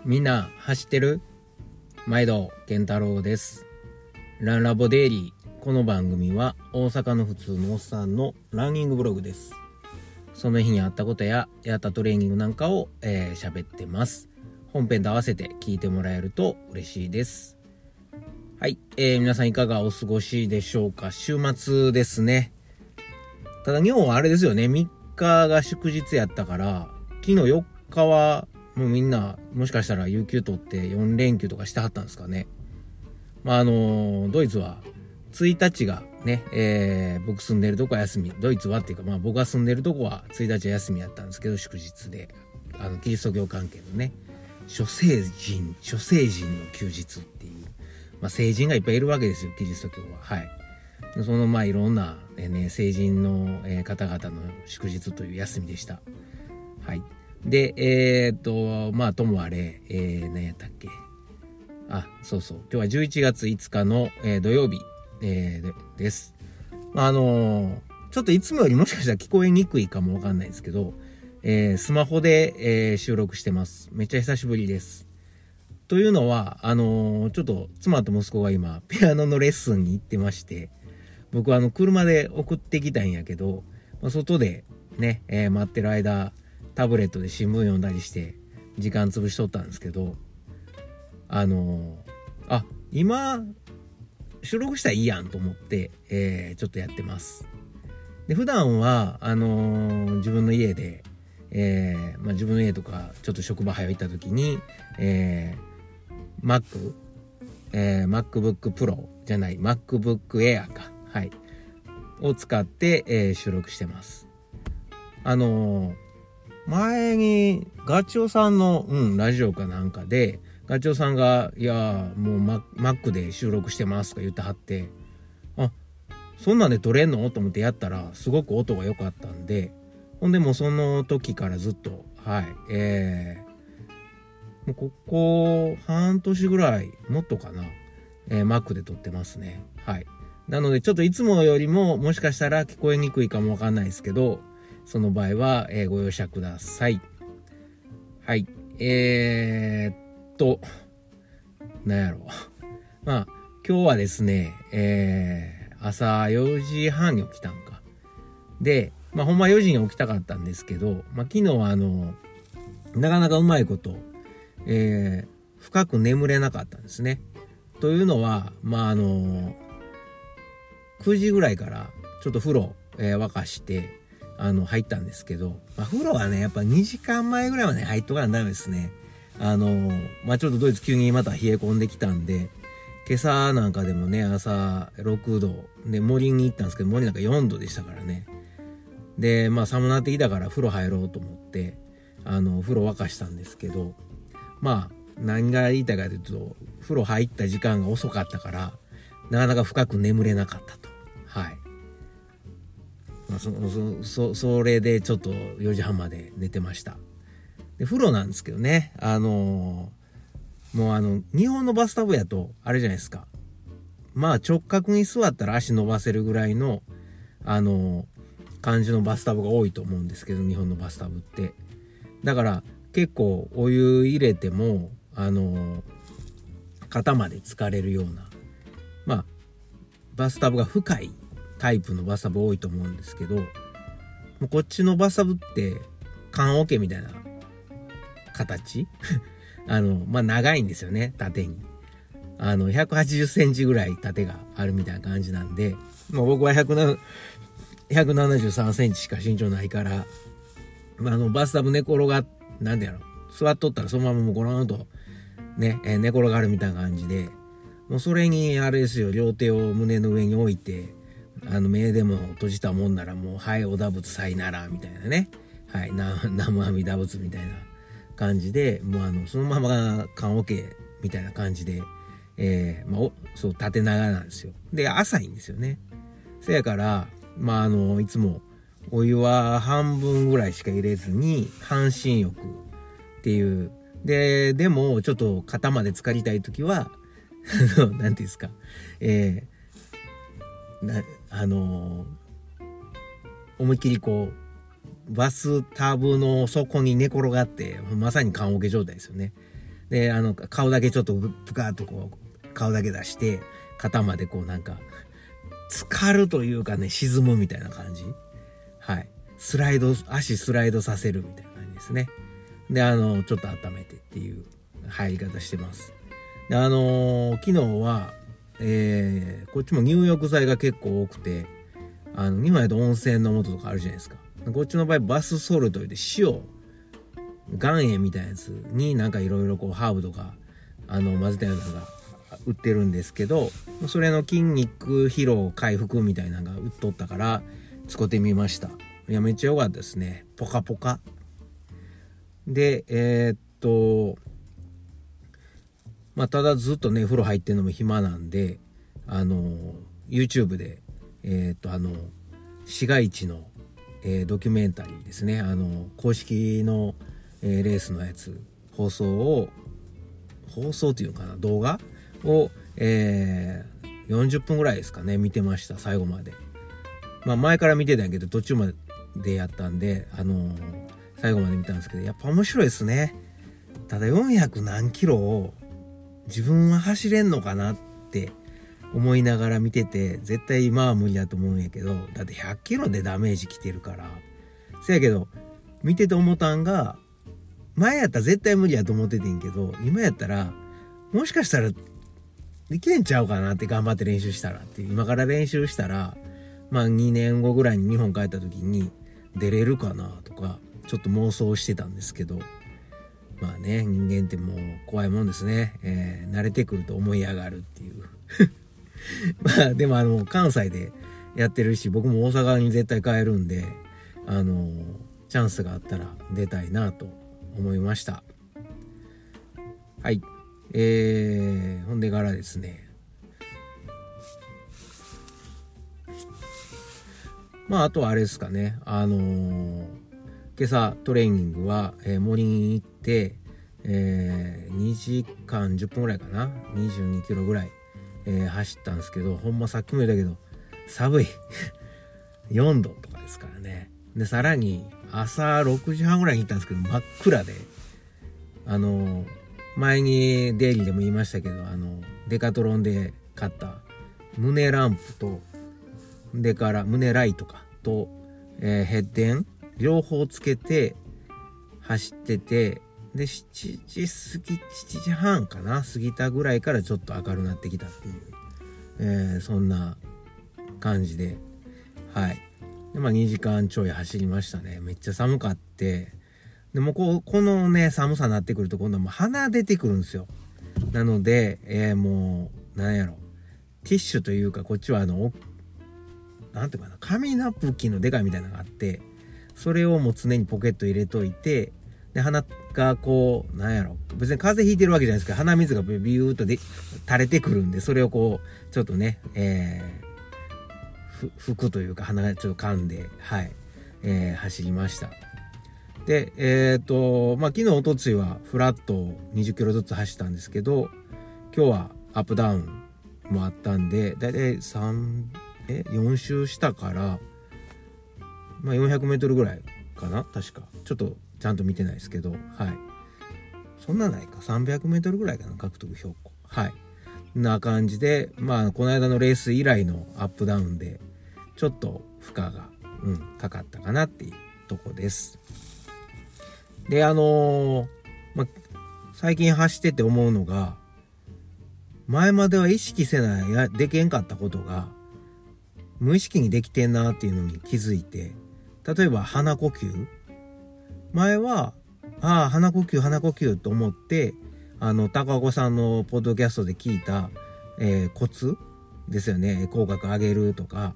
みんな走ってる？毎度健太郎です。ランラボデイリー。この番組は大阪の普通のおっさんのランニングブログです。その日にあったことややったトレーニングなんかを喋ってます。本編と合わせて聞いてもらえると嬉しいです。はい、皆さんいかがお過ごしでしょうか。週末ですね。ただ日本はあれですよね、3日が祝日やったから、昨日4日はもうみんなもしかしたら有給取って4連休とかしてはったんですかね。ドイツは1日がね、僕住んでるとこは休み。ドイツはっていうか僕が住んでるとこは1日は休みやったんですけど、祝日でキリスト教関係のね、諸聖人の休日っていう、聖人がいっぱいいるわけですよ、キリスト教は。はい。そのいろんな、聖人の、方々の祝日という休みでした。はい。で、ともあれ、何やったっけ。そうそう。今日は11月5日の、土曜日、です。ちょっといつもよりもしかしたら聞こえにくいかもわかんないですけど、スマホで、収録してます。めっちゃ久しぶりです。というのは、ちょっと妻と息子が今、ピアノのレッスンに行ってまして、僕は車で送ってきたんやけど、外でね、待ってる間、タブレットで新聞読んだりして時間潰しとったんですけど、今収録したらいいやんと思って、ちょっとやってます。で、普段は自分の家で、自分の家とかちょっと職場早行った時に、MacBook Pro じゃない MacBook Air か、はい、を使って、収録してます。前にガチョウさんの、ラジオかなんかでガチョウさんがいやもう Mac で収録してますとか言ってはって、そんなんで撮れんのと思ってやったらすごく音が良かったんで、ほんでもうその時からずっともうここ半年ぐらいもっとかな、Mac で撮ってますね。はい。なのでちょっといつもよりももしかしたら聞こえにくいかもわかんないですけど、その場合は、ご容赦ください。はい。なんやろ。今日はですね、朝4時半に起きたんか。で、ほんま4時に起きたかったんですけど、昨日はなかなかうまいこと、深く眠れなかったんですね。というのは、9時ぐらいからちょっと風呂、沸かして、入ったんですけど、風呂はね、やっぱ2時間前ぐらいまで入っとかなダメですね。ちょっとドイツ急にまた冷え込んできたんで、今朝なんかでもね、朝6度、で、森に行ったんですけど、森なんか4度でしたからね。で、寒なってきたから風呂入ろうと思って、風呂沸かしたんですけど、何が言いたいかというと、風呂入った時間が遅かったから、なかなか深く眠れなかったと。はい。それでちょっと4時半まで寝てました。で、風呂なんですけどね、もう日本のバスタブやと、あれじゃないですか。直角に座ったら足伸ばせるぐらいの、感じのバスタブが多いと思うんですけど、日本のバスタブって。だから、結構お湯入れても、肩まで浸かれるような、バスタブが深いタイプのバスタブ多いと思うんですけど、もうこっちのバスタブって缶桶みたいな形長いんですよね、縦に。180センチぐらい縦があるみたいな感じなんで、僕は173センチしか身長ないから、バスタブ寝転が座っとったらそのままもうゴロンとね、寝転がるみたいな感じで、もうそれにあれですよ、両手を胸の上に置いて、目でも閉じたもんならもう、はい、おだぶつさいなら、みたいなね。はい、南無阿弥陀仏みたいな感じで、もうそのまま棺桶みたいな感じで、そう、縦長なんですよ。で、浅いんですよね。せやから、いつもお湯は半分ぐらいしか入れずに、半身浴っていう。でも、ちょっと肩まで浸かりたいときは、なんていうんですか、思いっきりこうバスタブの底に寝転がってまさに棺桶状態ですよね。 で、顔だけちょっとぷかーっとこう、顔だけ出して、肩までこうなんか、浸かるというかね、沈むみたいな感じ。はい。足スライドさせるみたいな感じですね。で、ちょっと温めてっていう入り方してます。で、昨日は、こっちも入浴剤が結構多くて、日本やと温泉の素とかあるじゃないですか。こっちの場合、バスソルトで塩、岩塩みたいなやつになんかいろいろこうハーブとか、混ぜたようなのが売ってるんですけど、それの筋肉疲労回復みたいなのが売っとったから、使ってみました。いや、めっちゃ良かったですね。ポカポカ。で、ただずっとね、風呂入ってんのも暇なんで、YouTube で、市街地の、ドキュメンタリーですね。公式の、レースのやつ、放送っていうかな、動画を、40分ぐらいですかね、見てました、最後まで。前から見てたんやけど、途中までやったんで、最後まで見たんですけど、やっぱ面白いですね。ただ400何キロを自分は走れんのかなって思いながら見てて、絶対今は無理だと思うんやけど、だって100キロでダメージきてるから。せやけど、見てて思ったんが、前やったら絶対無理やと思っててんけど、今やったら、もしかしたらできんちゃうかなって頑張って練習したらっていう。今から練習したら、2年後ぐらいに日本帰った時に出れるかなとか、ちょっと妄想してたんですけど、人間ってもう怖いもんですね。慣れてくると思い上がるっていう。でも関西でやってるし、僕も大阪に絶対帰るんで、チャンスがあったら出たいなと思いました。はい。ほんでからですね。あとはあれですかね。今朝トレーニングは、森に行って、2時間10分ぐらいかな。22キロぐらい、走ったんですけど、ほんまさっきも言ったけど、寒い。4度とかですからね。で、さらに朝6時半ぐらいに行ったんですけど、真っ暗で、前にデイリーでも言いましたけど、デカトロンで買った胸ランプと、でから胸ライトかと、ヘッデン両方つけて走ってて、で7時半かな過ぎたぐらいからちょっと明るくなってきたっていう、そんな感じで、はい。で2時間ちょい走りましたね。めっちゃ寒かって、でもこのね寒さになってくると今度はもう鼻出てくるんですよ。なので、もうなんやろ、ティッシュというか、こっちはなんていうかな、紙ナプキンのでかいみたいなのがあって、それをもう常にポケット入れといて、で鼻がこうなんやろ、別に風邪ひいてるわけじゃないですけど、鼻水がビューっと垂れてくるんで、それをこうちょっとね、拭くというか、鼻がちょっと噛んで、はい、走りました。で、昨日おとついはフラットを20キロずつ走ったんですけど、今日はアップダウンもあったんで、だいたい4周したから、400メートルぐらいかな確か。ちょっとちゃんと見てないですけど、はい。そんなないか。300メートルぐらいかな、獲得標高。はい。な感じで、この間のレース以来のアップダウンで、ちょっと負荷が、かかったかなっていうとこです。で、最近走ってて思うのが、前までは意識せないでけんかったことが、無意識にできてんなっていうのに気づいて、例えば鼻呼吸、前は鼻呼吸と思って、高岡さんのポッドキャストで聞いた、コツですよね。口角上げるとか、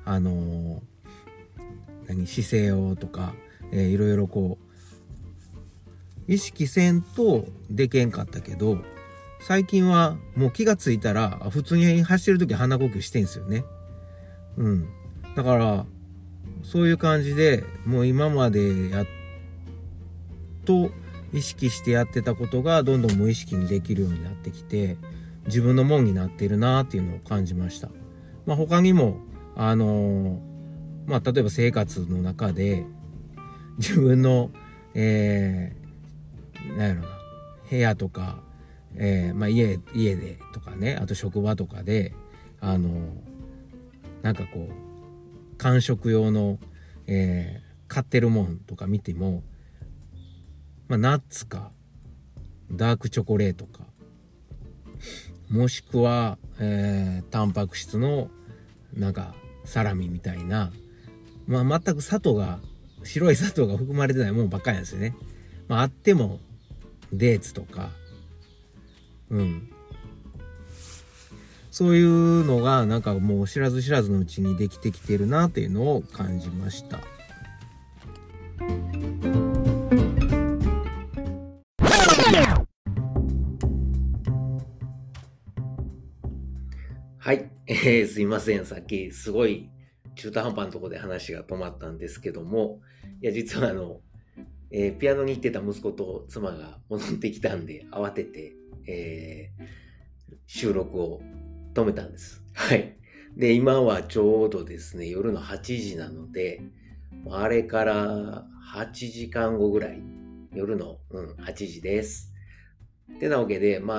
姿勢をとか、いろいろこう意識せんとでけんかったけど、最近はもう気がついたら普通に走ってる時鼻呼吸してんすよね。だからそういう感じで、もう今までやっと意識してやってたことがどんどん無意識にできるようになってきて、自分のもんになってるなっていうのを感じました。他にも例えば生活の中で自分のなんやろな、部屋とか家でとかね、あと職場とかで、なんかこう、間食用の、買ってるもんとか見ても、ナッツか、ダークチョコレートか、もしくは、タンパク質の、なんか、サラミみたいな、全く白い砂糖が含まれてないもんばっかりなんですよね。あっても、デーツとか、そういうのがなんかもう知らず知らずのうちにできてきてるなっていうのを感じました。はい、すいません。さっきすごい中途半端なところで話が止まったんですけども、いや実はピアノに行ってた息子と妻が戻ってきたんで慌てて、収録を止めたんです。はい。で、今はちょうどですね、夜の8時なので、あれから8時間後ぐらい、夜の、8時です。ってなわけで、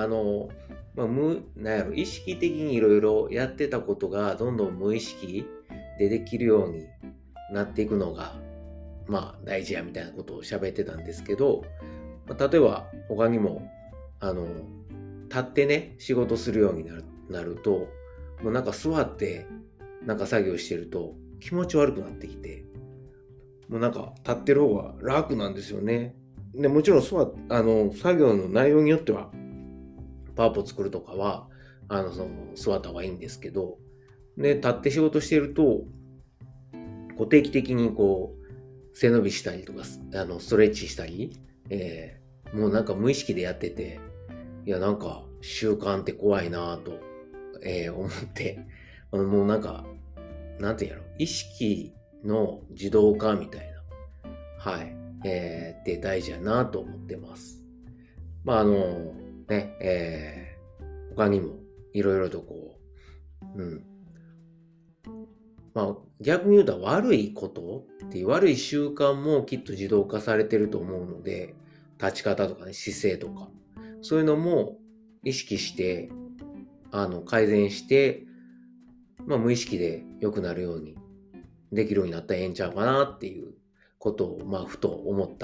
意識的にいろいろやってたことがどんどん無意識でできるようになっていくのが、大事やみたいなことを喋ってたんですけど、例えば他にも、立ってね、仕事するようになると、もうなんか座ってなんか作業してると気持ち悪くなってきて、もうなんか立ってる方が楽なんですよね。で、もちろん作業の内容によっては、パワポ作るとかは、座った方がいいんですけど、で、立って仕事してると、定期的に背伸びしたりとか、ストレッチしたり、もうなんか無意識でやってて、いや、なんか習慣って怖いなぁと、思って、もうなんか、なんていうんやろ、意識の自動化みたいな、はい、って大事やなと思ってます。他にもいろいろと逆に言うと悪いことっていう悪い習慣もきっと自動化されてると思うので、立ち方とかね、姿勢とか、そういうのも意識して、改善して、無意識で良くなるようにできるようになったらええんちゃうかなっていうことを、ふと思った、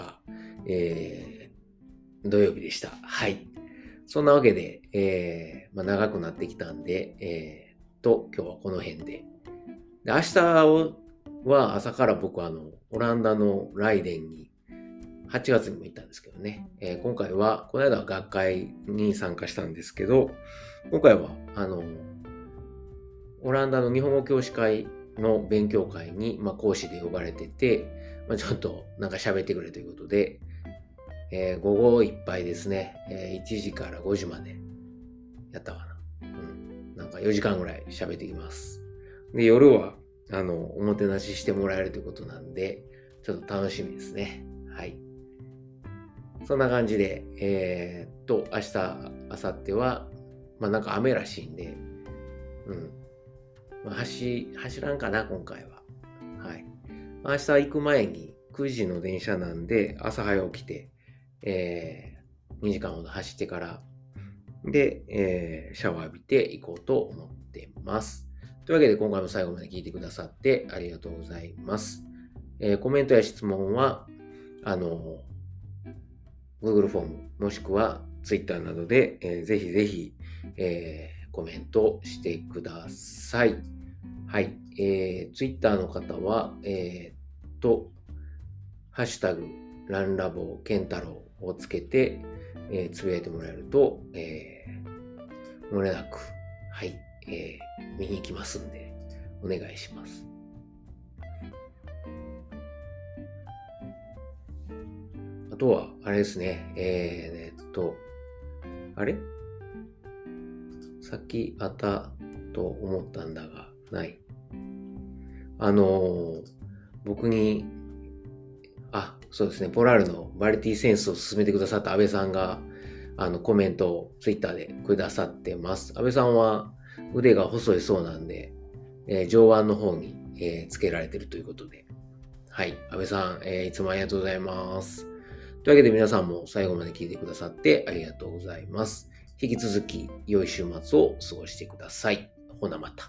土曜日でした。はい。そんなわけで、長くなってきたんで、今日はこの辺で。明日は朝から僕はオランダのライデンに8月にも行ったんですけどね、今回は、この間は学会に参加したんですけど、今回は、オランダの日本語教師会の勉強会に、講師で呼ばれてて、ちょっとなんか喋ってくれということで、午後いっぱいですね、1時から5時までやったかな。なんか4時間ぐらい喋ってきます。で、夜は、おもてなししてもらえるということなんで、ちょっと楽しみですね。はい。そんな感じで、明日、明後日は、なんか雨らしいんで、走らんかな、今回は。はい。明日行く前に9時の電車なんで、朝早起きて、2時間ほど走ってから、で、シャワー浴びて行こうと思ってます。というわけで今回も最後まで聞いてくださってありがとうございます。コメントや質問は、Google フォームもしくは Twitter などで、ぜひぜひ、コメントしてください。はい。Twitter の方は、ハッシュタグ、ランラボケンタロウをつけて、つぶやいてもらえると、漏れなく、はい、見に行きますんで、お願いします。あとは、あれですね、あれさっきあったと思ったんだが、ない。僕に、そうですね、ポラールのバリティセンスを進めてくださった安倍さんが、コメントをツイッターでくださってます。安倍さんは腕が細いそうなんで、上腕の方に、つけられているということで。はい。安倍さん、いつもありがとうございます。というわけで皆さんも最後まで聞いてくださってありがとうございます。 引き続き良い週末を過ごしてください。ほなまた。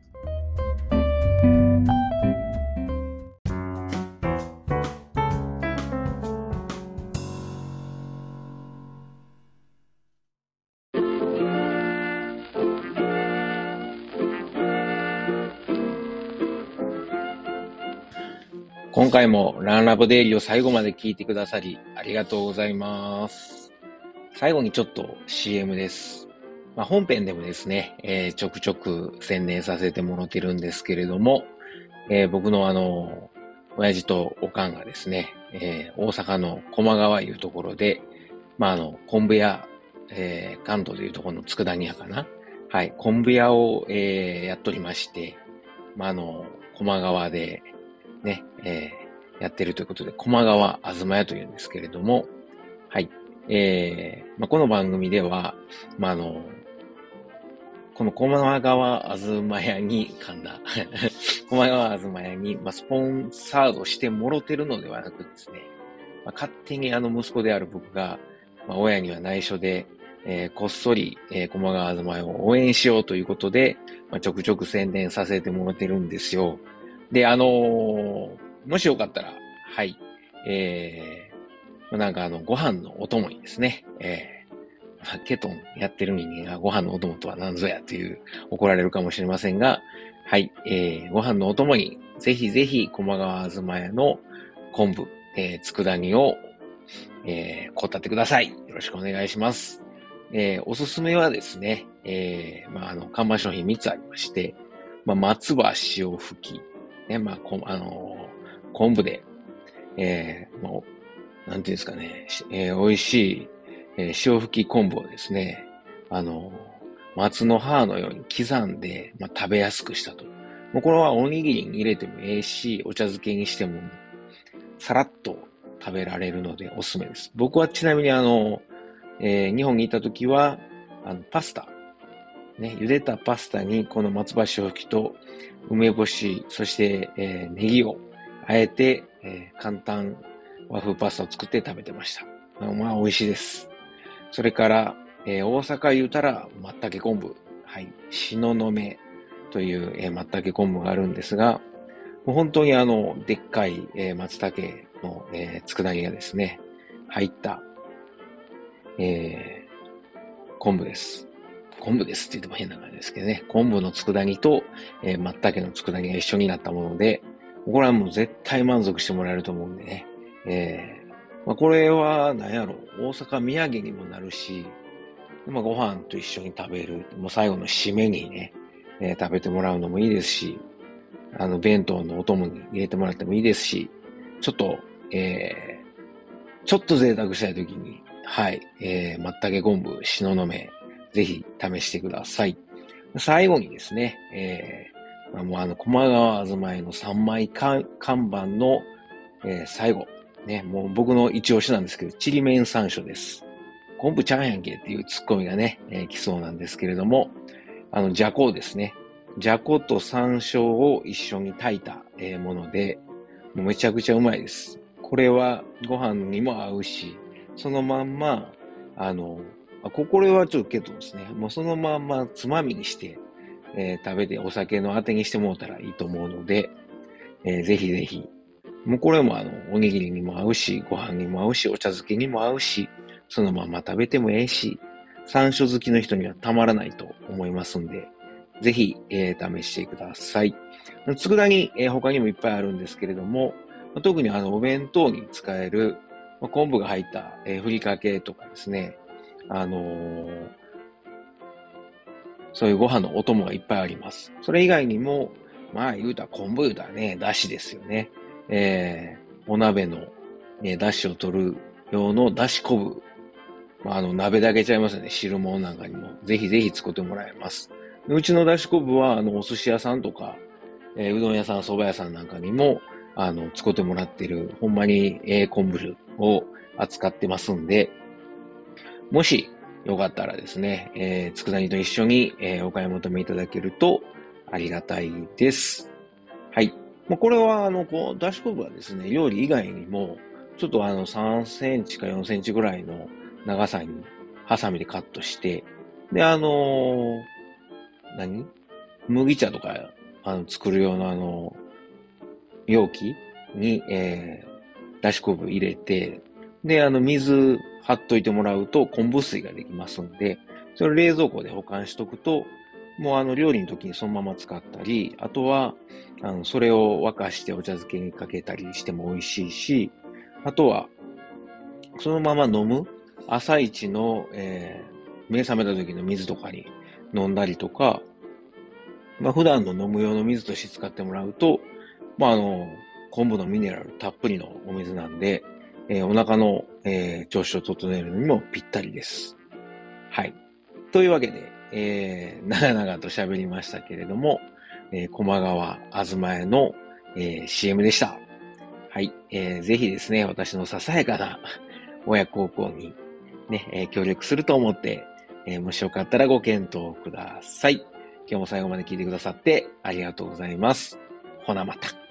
今回もランラボデイリーを最後まで聞いてくださりありがとうございます。最後にちょっと CM です。本編でもですね、ちょくちょく宣伝させてもらってるんですけれども、僕の親父とおかんがですね、大阪の駒川いうところで、昆布屋、関東でいうところの佃煮屋かな。はい、昆布屋を、やっとりまして、駒川で、ね、やってるということで、駒川あずま屋というんですけれども、はい。この番組では、この駒川あずま屋に、駒川あずま屋に、スポンサードしてもろてるのではなくですね、勝手に息子である僕が、親には内緒で、こっそり、駒川あずま屋を応援しようということで、ちょくちょく宣伝させてもらってるんですよ。で、もしよかったら、はい、ご飯のお供にですね、ケトンやってる人間がご飯のお供とは何ぞやという怒られるかもしれませんが、はい、ご飯のお供にぜひぜひ駒川あずま屋の昆布、佃煮を、こったってください。よろしくお願いします。おすすめはですね、看板商品3つありまして、松葉塩吹き、ね、昆布で、なんていうんですかね、美味しい、塩吹き昆布をですね、松の葉のように刻んで、食べやすくしたと。もうこれはおにぎりに入れてもええし、お茶漬けにしても、さらっと食べられるのでおすすめです。僕はちなみに日本にいた時は、パスタ、ね、茹でたパスタにこの松葉塩吹きと梅干し、そして、ネギをあえて、簡単和風パスタを作って食べてました。美味しいです。それから、大阪言うたら松茸昆布、はい、東雲という、松茸昆布があるんですが、もう本当にでっかい、松茸の、佃煮がですね、入った、昆布です。昆布ですって言っても変な感じですけどね。昆布の佃煮と、松茸の佃煮が一緒になったもので、これはもう絶対満足してもらえると思うんでね。これは何やろ、大阪土産にもなるし、ご飯と一緒に食べる、もう最後の締めにね、食べてもらうのもいいですし、弁当のお供に入れてもらってもいいですし、ちょっと贅沢したいときに、はい、松茸昆布、東雲、ぜひ試してください。最後にですね、もう駒川あずまいの3枚看板の、最後、ね、もう僕の一押しなんですけど、ちりめん山椒です。昆布ちゃんやんけっていうツッコミがね、来そうなんですけれども、じゃこですね。じゃこと山椒を一緒に炊いた、もので、もうめちゃくちゃうまいです。これはご飯にも合うし、そのまんま、これはちょっとケトですね。もうそのまんまつまみにして、食べてお酒のあてにしてもらったらいいと思うので、ぜひぜひ。もうこれもおにぎりにも合うし、ご飯にも合うし、お茶漬けにも合うし、そのまま食べてもええし、山椒好きの人にはたまらないと思いますんで、ぜひ、試してください。佃煮、他にもいっぱいあるんですけれども、特にお弁当に使える、昆布が入った、ふりかけとかですね、そういうご飯のお供がいっぱいあります。それ以外にも、言うたら昆布言うたらね、だしですよね。お鍋の、だしを取る用のだし昆布。鍋だけちゃいますよね。汁物なんかにも。ぜひぜひ作ってもらえます。うちのだし昆布は、お寿司屋さんとか、うどん屋さん、蕎麦屋さんなんかにも、使ってもらってる、ほんまに、昆布を扱ってますんで、もし、よかったらですね、佃煮と一緒に、お買い求めいただけるとありがたいです。はい。これは、だし昆布はですね、料理以外にも、ちょっと3センチか4センチぐらいの長さに、ハサミでカットして、 で、麦茶とか、作る用の容器に、だし昆布入れて、で、水張っといてもらうと昆布水ができますんで、それを冷蔵庫で保管しとくと、もう料理の時にそのまま使ったり、あとは、それを沸かしてお茶漬けにかけたりしても美味しいし、あとは、そのまま飲む朝一の、目覚めた時の水とかに飲んだりとか、普段の飲む用の水として使ってもらうと、昆布のミネラルたっぷりのお水なんで、お腹の、調子を整えるのにもぴったりです。はい。というわけで、長々と喋りましたけれども、駒川あずまえの、CM でした。はい。ぜひですね、私のささやかな親孝行にね、協力すると思って、もしよかったらご検討ください。今日も最後まで聞いてくださってありがとうございます。ほなまた。